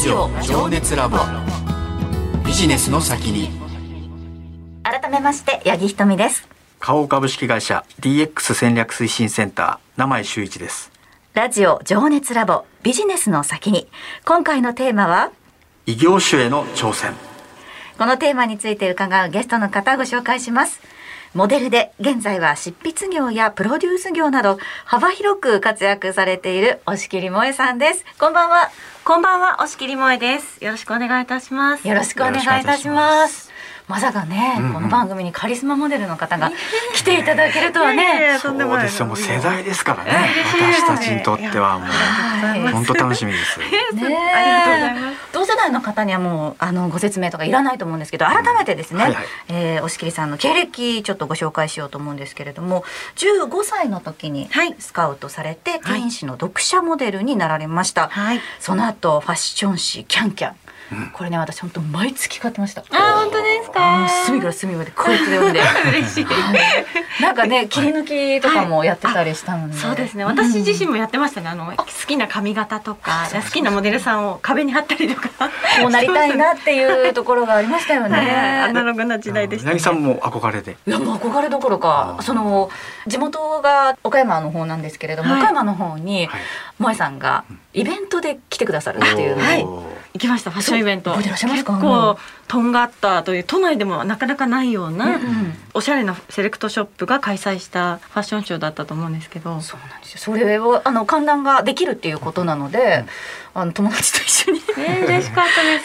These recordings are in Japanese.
ジオ情熱ラボ、ビジネスの先に。 改めまして八木ひとみです。 花王株式会社 DX 戦略推進センター名前修一です。 ラジオ情熱ラボビジネスの先に、今回のテーマは異業種への挑戦。 このテーマについて伺うゲストの方をご紹介します。モデルで現在は執筆業やプロデュース業など幅広く活躍されている押切萌さんです。こんばんは。 こんばんは、押切萌です。よろしくお願いいたします。 よろしくお願いいたします。まさかね、この番組にカリスマモデルの方が来ていただけるとはね。 そうですよ、もう世代ですからね、私たちにとってはもう本当楽しみです。 ありがとうございます。 同世代の方にはもうご説明とかいらないと思うんですけど、改めてですね、押切さんの経歴ちょっとご紹介しようと思うんですけれども、15歳の時にスカウトされて、天使の読者モデルになられました。その後ファッション誌キャンキャン、これね、私本当毎月買ってました。 本当ですか。 もう隅から隅までこうやって読んで嬉しい。 なんかね、切り抜きとかもやってたりしたので、 そうですね、私自身もやってましたね。好きな髪型とか好きなモデルさんを壁に貼ったりとか、 こうなりたいなっていうところがありましたよね。 アナログな時代でしたね。 八木さんも憧れで。 いや、もう憧れどころか、その地元が岡山の方なんですけれども、岡山の方に萌さんがイベントで来てくださるっていうのを行きました。ファッションイベント。 覚えてらっしゃいますか？ 結構とんがったという、都内でもなかなかないような、おしゃれなセレクトショップが開催したファッションショーだったと思うんですけど、 そうなんですよ。それを観覧ができるっていうことなので、友達と一緒に嬉しかったです。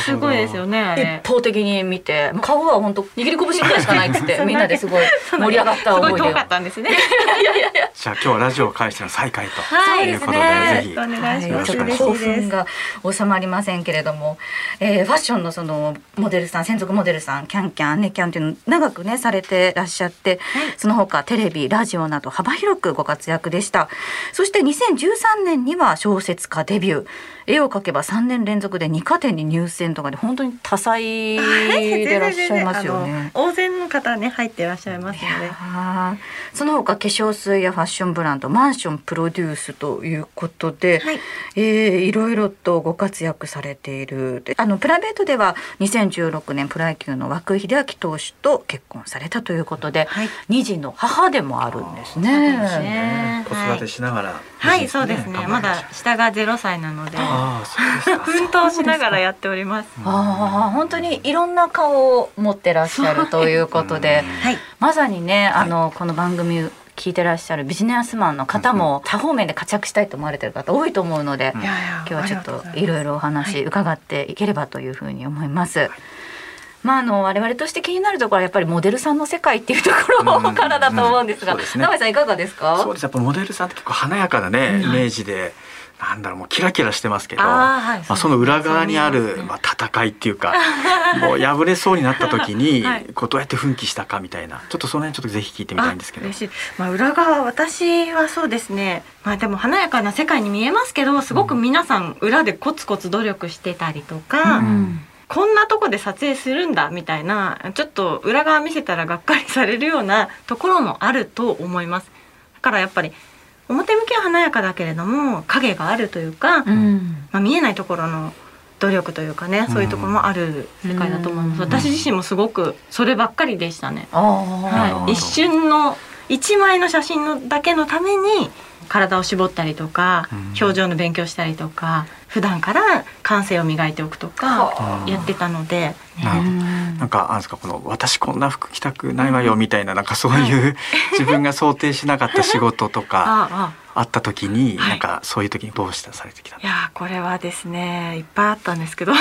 すごいですよね、あれ。 一方的に見て、顔は本当握り拳ぐらいしかないっつってみんなですごい盛り上がった思い出。 すごい遠かったんですね。 じゃあ今日はラジオを介しての再会ということで、ぜひお願いします。 ちょっと興奮が収まりませんけれども、ファッションのそのモデルさん、専属モデルさん、キャンキャン、ネキャンっていうの長くねされてらっしゃって、その他テレビ、ラジオなど幅広くご活躍でした。そして2013年には小説家デビュー、絵を描けば3年連続で2課展に入選とかで、本当に多彩でいらっしゃいますよね。 大勢の方ね入っていらっしゃいますので、 その他化粧水やファッションブランド、マンションプロデュースということで、いろいろとご活躍されている。で、プライベートでは2016年プロ野球の涌井秀明投手と結婚されたということで、2児の母でもあるんですね。 子育てしながら。 そうですね。まだ下が0歳なので、奮闘しながらやっております。 本当にいろんな顔を持ってらっしゃるということで、まさにね、この番組聞いてらっしゃるビジネスマンの方も多方面で活躍したいと思われている方多いと思うので、今日はちょっといろいろお話伺っていければというふうに思います。我々として気になるところはやっぱりモデルさんの世界っていうところからだと思うんですが、名井さんいかがですか？ そうです。やっぱモデルさんって結構華やかなね、イメージで、なんだろう、もうキラキラしてますけど、その裏側にある戦いっていうか、もう破れそうになった時にどうやって奮起したかみたいな、ちょっとその辺ちょっとぜひ聞いてみたいんですけど。 嬉しい。裏側、私はそうですね、でも華やかな世界に見えますけど、すごく皆さん裏でコツコツ努力してたりとか、こんなとこで撮影するんだみたいな、ちょっと裏側見せたらがっかりされるようなところもあると思います。だからやっぱり表向きは華やかだけれども影があるというか、見えないところの努力というかね、そういうところもある世界だと思います。私自身もすごくそればっかりでしたね。一瞬の1枚の写真のだけのために体を絞ったりとか、表情の勉強したりとか、普段から感性を磨いておくとかやってたので、 なんかあんですか、この私こんな服着たくないわよみたいな、なんかそういう自分が想定しなかった仕事とかあった時に、なんかそういう時にどうされてきたの？ いや、これはですね、いっぱいあったんですけど、も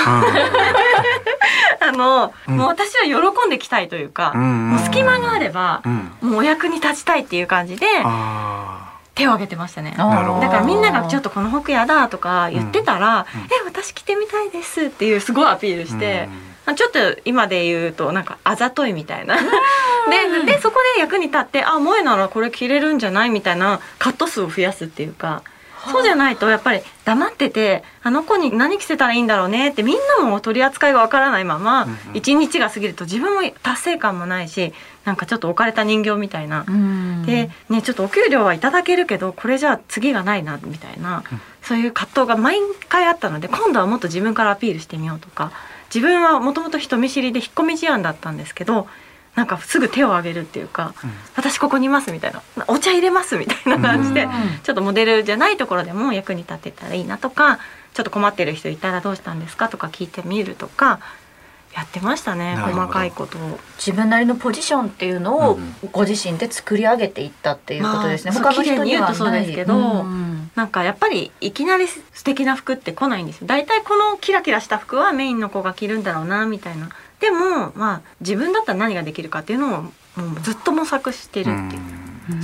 う私は喜んできたいというか、もう隙間があればもうお役に立ちたいっていう感じで手を挙げてましたね。だからみんながちょっとこの服やだとか言ってたら、私着てみたいですっていうすごいアピールして、ちょっと今で言うとなんかあざといみたいなでそこで役に立って、萌ならこれ着れるんじゃないみたいなカット数を増やすっていうか、 そうじゃないとやっぱり黙っててあの子に何着せたらいいんだろうねってみんなも取り扱いがわからないまま一日が過ぎると自分も達成感もないしなんかちょっと置かれた人形みたいなで、ね、ちょっとお給料はいただけるけどこれじゃあ次がないなみたいなそういう葛藤が毎回あったので今度はもっと自分からアピールしてみようとか自分はもともと人見知りで引っ込み思案だったんですけどなんかすぐ手を挙げるっていうか、私ここにいますみたいなお茶入れますみたいな感じで、ちょっとモデルじゃないところでも役に立てたらいいなとかちょっと困ってる人いたらどうしたんですかとか聞いてみるとかやってましたね細かいことを。 自分なりのポジションっていうのをご自身で作り上げていったっていうことですね、他の人にはない。 そうですけど、なんかやっぱりいきなり素敵な服って来ないんですよ。だいたいこのキラキラした服はメインの子が着るんだろうなみたいな。でもまあ自分だったら何ができるかっていうのをもうずっと模索してるっていう。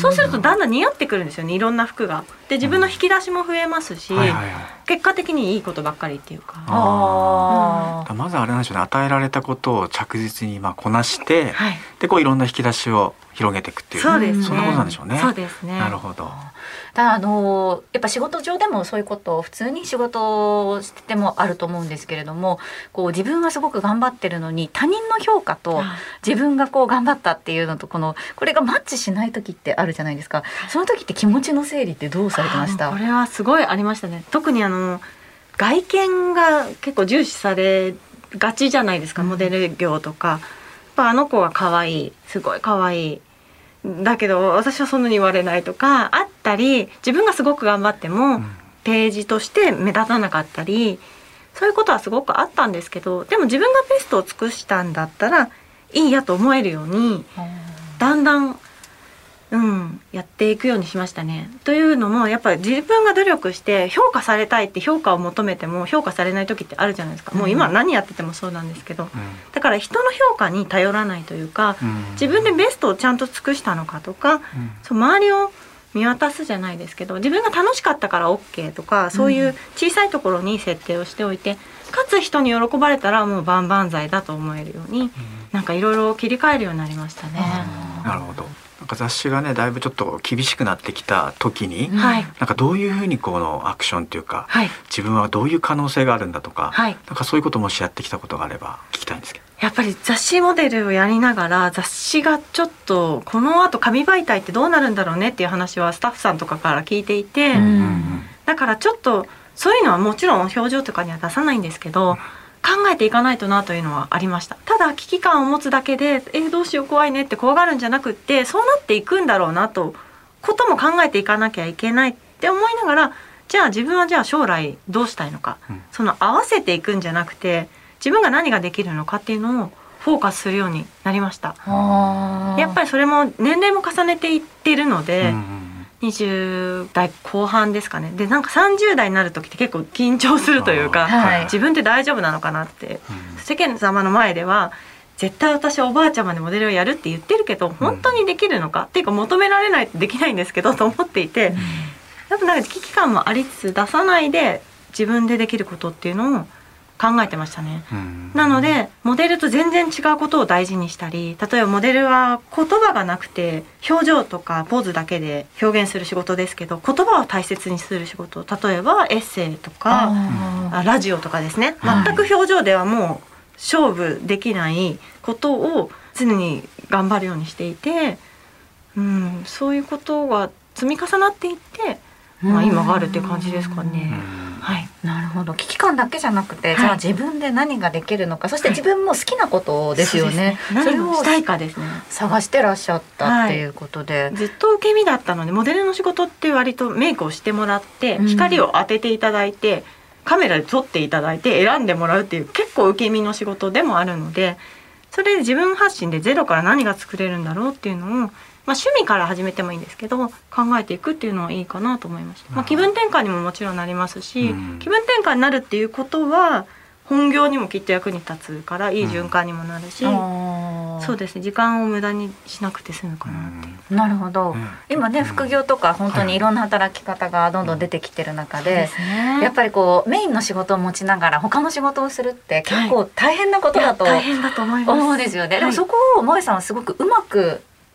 そうするとだんだん似合ってくるんですよねいろんな服が。で自分の引き出しも増えますし、結果的にいいことばっかりっていうか。 まずあれなんでしょうね与えられたことを着実にこなして、でこういろんな引き出しを広げていくっていうそうですねそんなことなんでしょうね。 そうですね。 なるほど。 やっぱ仕事上でもそういうことを普通に仕事をしててもあると思うんですけれどもこう自分はすごく頑張ってるのに他人の評価と自分がこう頑張ったっていうのとこれがマッチしない時ってあるじゃないですか。その時って気持ちの整理ってどうされてました？ これはすごいありましたね。特に外見が結構重視されがちじゃないですか、モデル業とか。やっぱあの子は可愛いすごい可愛いだけど私はそんなに言われないとかあったり自分がすごく頑張ってもページとして目立たなかったりそういうことはすごくあったんですけどでも自分がベストを尽くしたんだったらいいやと思えるようにだんだんやっていくようにしましたね。というのもやっぱり自分が努力して評価されたいって評価を求めても評価されない時ってあるじゃないですか。もう今何やっててもそうなんですけど、だから人の評価に頼らないというか、自分でベストをちゃんと尽くしたのかとか、そう周りを見渡すじゃないですけど自分が楽しかったから OK とかそういう小さいところに設定をしておいてかつ人に喜ばれたらもう万々歳だと思えるようになんかいろいろ切り替えるようになりましたね。 なるほど。なんか雑誌がねだいぶちょっと厳しくなってきた時に、 なんかどういうふうにこのアクションというか、自分はどういう可能性があるんだとか、なんかそういうこともしやってきたことがあれば聞きたいんですけど。 やっぱり雑誌モデルをやりながら雑誌がちょっとこの後紙媒体ってどうなるんだろうねっていう話はスタッフさんとかから聞いていて、だからちょっとそういうのはもちろん表情とかには出さないんですけど考えていかないとなというのはありました。ただ危機感を持つだけでどうしよう怖いねって怖がるんじゃなくってそうなっていくんだろうなとことも考えていかなきゃいけないって思いながらじゃあ自分はじゃあ将来どうしたいのか、その合わせていくんじゃなくて自分が何ができるのかっていうのをフォーカスするようになりました。やっぱりそれも年齢も重ねていってるので、20代後半ですかね。でなんか30代になる時って結構緊張するというか、自分って大丈夫なのかなって、世間様の前では絶対私はおばあちゃまでモデルをやるって言ってるけど本当にできるのか、っていうか求められないとできないんですけどと思っていて、やっぱなんか危機感もありつつ出さないで自分でできることっていうのを考えてましたね。なのでモデルと全然違うことを大事にしたり、例えばモデルは言葉がなくて表情とかポーズだけで表現する仕事ですけど言葉を大切にする仕事、例えばエッセイとかラジオとかですね、全く表情ではもう勝負できないことを常に頑張るようにしていて、そういうことが積み重なっていって、今があるっていう感じですかね。 なるほど。危機感だけじゃなくて、じゃあ自分で何ができるのか、そして自分も好きなことですよね。 それをしたいかですね。 探してらっしゃったっていうことで、 ずっと受け身だったのでモデルの仕事って割とメイクをしてもらって光を当てていただいて、カメラで撮っていただいて選んでもらうっていう結構受け身の仕事でもあるので、それで自分発信でゼロから何が作れるんだろうっていうのを趣味から始めてもいいんですけど考えていくっていうのはいいかなと思いました。気分転換にももちろんなりますし、気分転換になるっていうことは本業にもきっと役に立つからいい循環にもなるし、そうですね、時間を無駄にしなくて済むかなっていう。 なるほど。今ね、副業とか本当にいろんな働き方がどんどん出てきてる中で、やっぱりこうメインの仕事を持ちながら他の仕事をするって結構大変なことだと、 大変だと思います。 思うんですよね。でもそこを萌さんはすごくうまく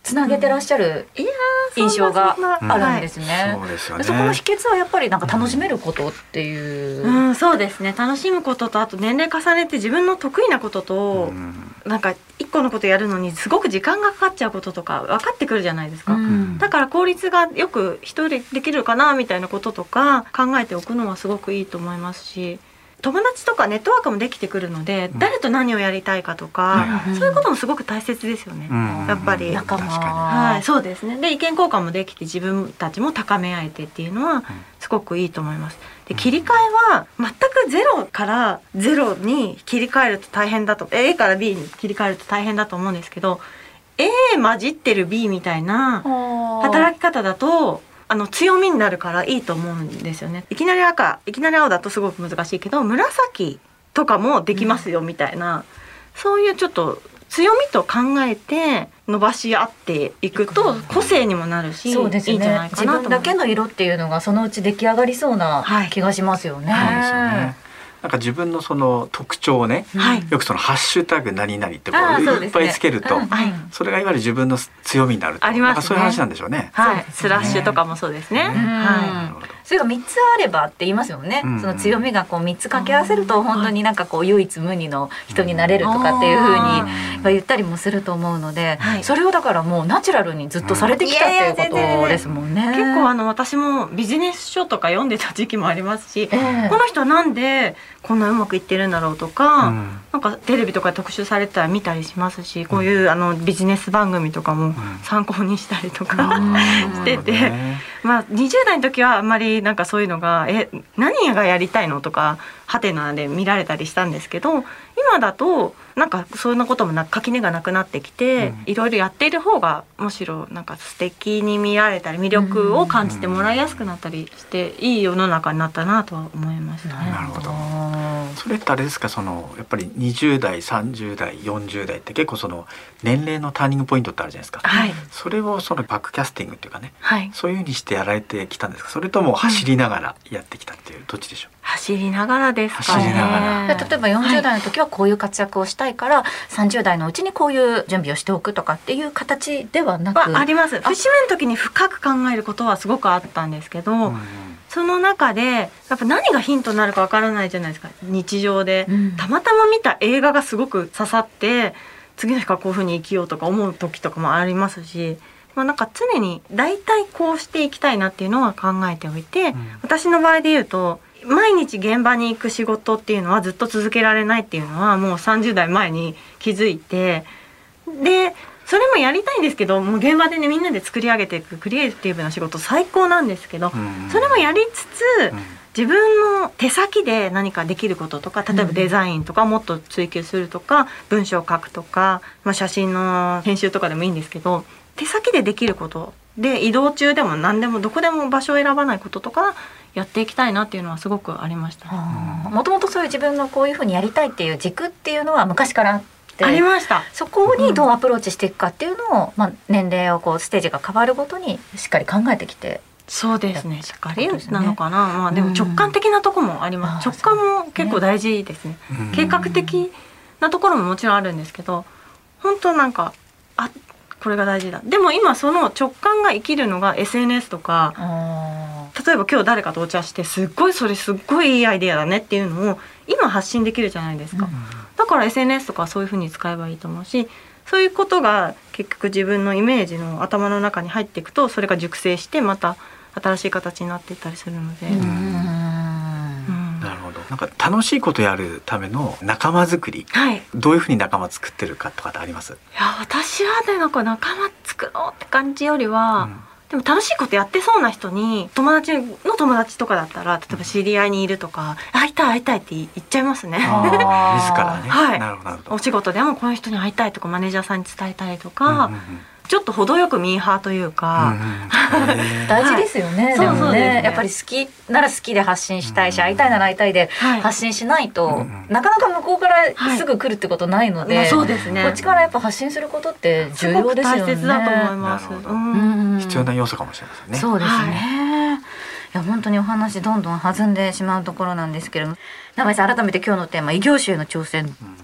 つなげてらっしゃる印象があるんですね。 そうですよね。 そこの秘訣はやっぱりなんか楽しめることっていう、 そうですね。楽しむことと、あと年齢重ねて自分の得意なことと、なんか一個のことやるのにすごく時間がかかっちゃうこととか分かってくるじゃないですか。だから効率がよく一人できるかなみたいなこととか考えておくのはすごくいいと思いますし、友達とかネットワークもできてくるので、誰と何をやりたいかとか、そういうこともすごく大切ですよね。やっぱり仲間、 はい、そうですね。で意見交換もできて自分たちも高め合えてっていうのはすごくいいと思います。で切り替えは全く0から0に切り替えると大変だと、 A から B に切り替えると大変だと思うんですけど、 A 混じってる B みたいな働き方だと強みになるからいいと思うんですよね。いきなり赤、いきなり青だとすごく難しいけど、紫とかもできますよみたいな、そういうちょっと強みと考えて伸ばし合っていくと個性にもなるし、 そうですね、 いいんじゃないかなと思います。 自分だけの色っていうのがそのうち出来上がりそうな気がしますよね。 そうですよね。なんか自分のその特徴をね、よくそのハッシュタグ何々ってこういっぱいつけると、それがいわゆる自分の強みになると、なんかそういう話なんでしょうね。 はい、スラッシュとかもそうですね。はい。 それが3つあればって言いますよね。その強みがこう3つ掛け合わせると本当になんかこう唯一無二の人になれるとかっていう風に言ったりもすると思うので、それをだからもうナチュラルにずっとされてきたっていうことですもんね。 結構私もビジネス書とか読んでた時期もありますし、この人はなんでこんなうまくいってるんだろうとか、なんかテレビとか特集されてたら見たりしますし、こういうビジネス番組とかも参考にしたりとかしてて、まあ20代の時はあんまりなんかそういうのが何がやりたいのとかハテナで見られたりしたんですけど、今だとなんかそんなことも垣根がなくなってきて、いろいろやっている方がむしろなんか素敵に見られたり魅力を感じてもらいやすくなったりしていい世の中になったなとは思いましたね。 なるほど。それってあれですか、やっぱり20代30代40代って結構その年齢のターニングポイントってあるじゃないですか。それをそのバックキャスティングっていうかね、そういう風にしてやられてきたんですか、それとも走りながらやってきたっていう、どっちでしょう。 走りながらですかね。 走りながら。 例えば40代の時はこういう活躍をしたいから、30代のうちにこういう準備をしておくとかっていう形ではなく、 あります。節目の時に深く考えることはすごくあったんですけど、その中でやっぱ何がヒントになるかわからないじゃないですか。日常で、たまたま見た映画がすごく刺さって次の日からこういう風に生きようとか思う時とかもありますし、なんか常に大体こうしていきたいなっていうのは考えておいて、私の場合で言うと毎日現場に行く仕事っていうのはずっと続けられないっていうのはもう30代前に気づいて、でそれもやりたいんですけど、もう現場でねみんなで作り上げていくクリエイティブな仕事最高なんですけど、それもやりつつ、自分の手先で何かできることとか、例えばデザインとかもっと追求するとか、文章を書くとか、写真の編集とかでもいいんですけど、手先でできることで移動中でも何でもどこでも場所を選ばないこととかやっていきたいなっていうのはすごくありました。 もともとそういう自分のこういうふうにやりたいっていう軸っていうのは昔からありました。 そこにどうアプローチしていくかっていうのを、年齢をこうステージが変わるごとにしっかり考えてきて。 そうですね、しっかりなのかな。でも直感的なところもあります。直感も結構大事ですね。計画的なところももちろんあるんですけど、本当なんかこれが大事だ。でも今その直感が生きるのが SNS とか、例えば今日誰かとお茶してそれすっごいいいアイデアだねっていうのを今発信できるじゃないですか。だから SNS とかそういう風に使えばいいと思うし、そういうことが結局自分のイメージの頭の中に入っていくと、それが熟成してまた新しい形になっていったりするので。 なるほど。なんか楽しいことやるための仲間作り、どういうふうに仲間作ってるかとかってあります？ いや、私はね、なんか仲間作ろうって感じよりは、でも楽しいことやってそうな人に、友達とかだったら、例えば知り合いにいるとか、会いたいって言っちゃいますね。 自らね。 なるほど。お仕事でもこの人に会いたいとかマネージャーさんに伝えたりとか、ちょっと程よくミーハーというか、 大事ですよね。でもね、やっぱり好きなら好きで発信したいし、会いたいなら会いたいで発信しないと、なかなか向こうからすぐ来るってことないので、 そうですね。 こっちからやっぱ発信することって重要ですよね。 大切だと思います。 必要な要素かもしれませんね。 そうですね。いや本当にお話どんどん弾んでしまうところなんですけれども、名前さん、改めて今日のテーマ、異業種への挑戦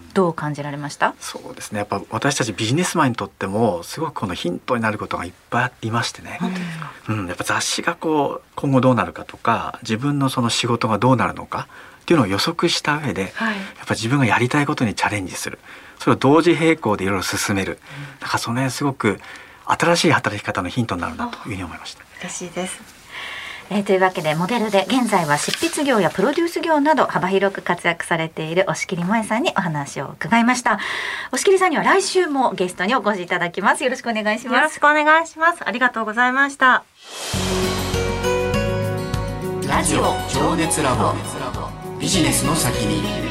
どう感じられました？ そうですね、やっぱ私たちビジネスマンにとってもすごくこのヒントになることがいっぱいありましてね。 本当ですか？ やっぱ雑誌がこう今後どうなるかとか、自分のその仕事がどうなるのかっていうのを予測した上で、やっぱ自分がやりたいことにチャレンジする、それを同時並行でいろいろ進める、なんかその辺すごく新しい働き方のヒントになるなというふうに思いました。 嬉しいです。 というわけでモデルで現在は執筆業やプロデュース業など幅広く活躍されている押切萌さんにお話を伺いました。押切さんには来週もゲストにお越しいただきます。よろしくお願いします。 よろしくお願いします。ありがとうございました。 ラジオ情熱ラボ、ビジネスの先に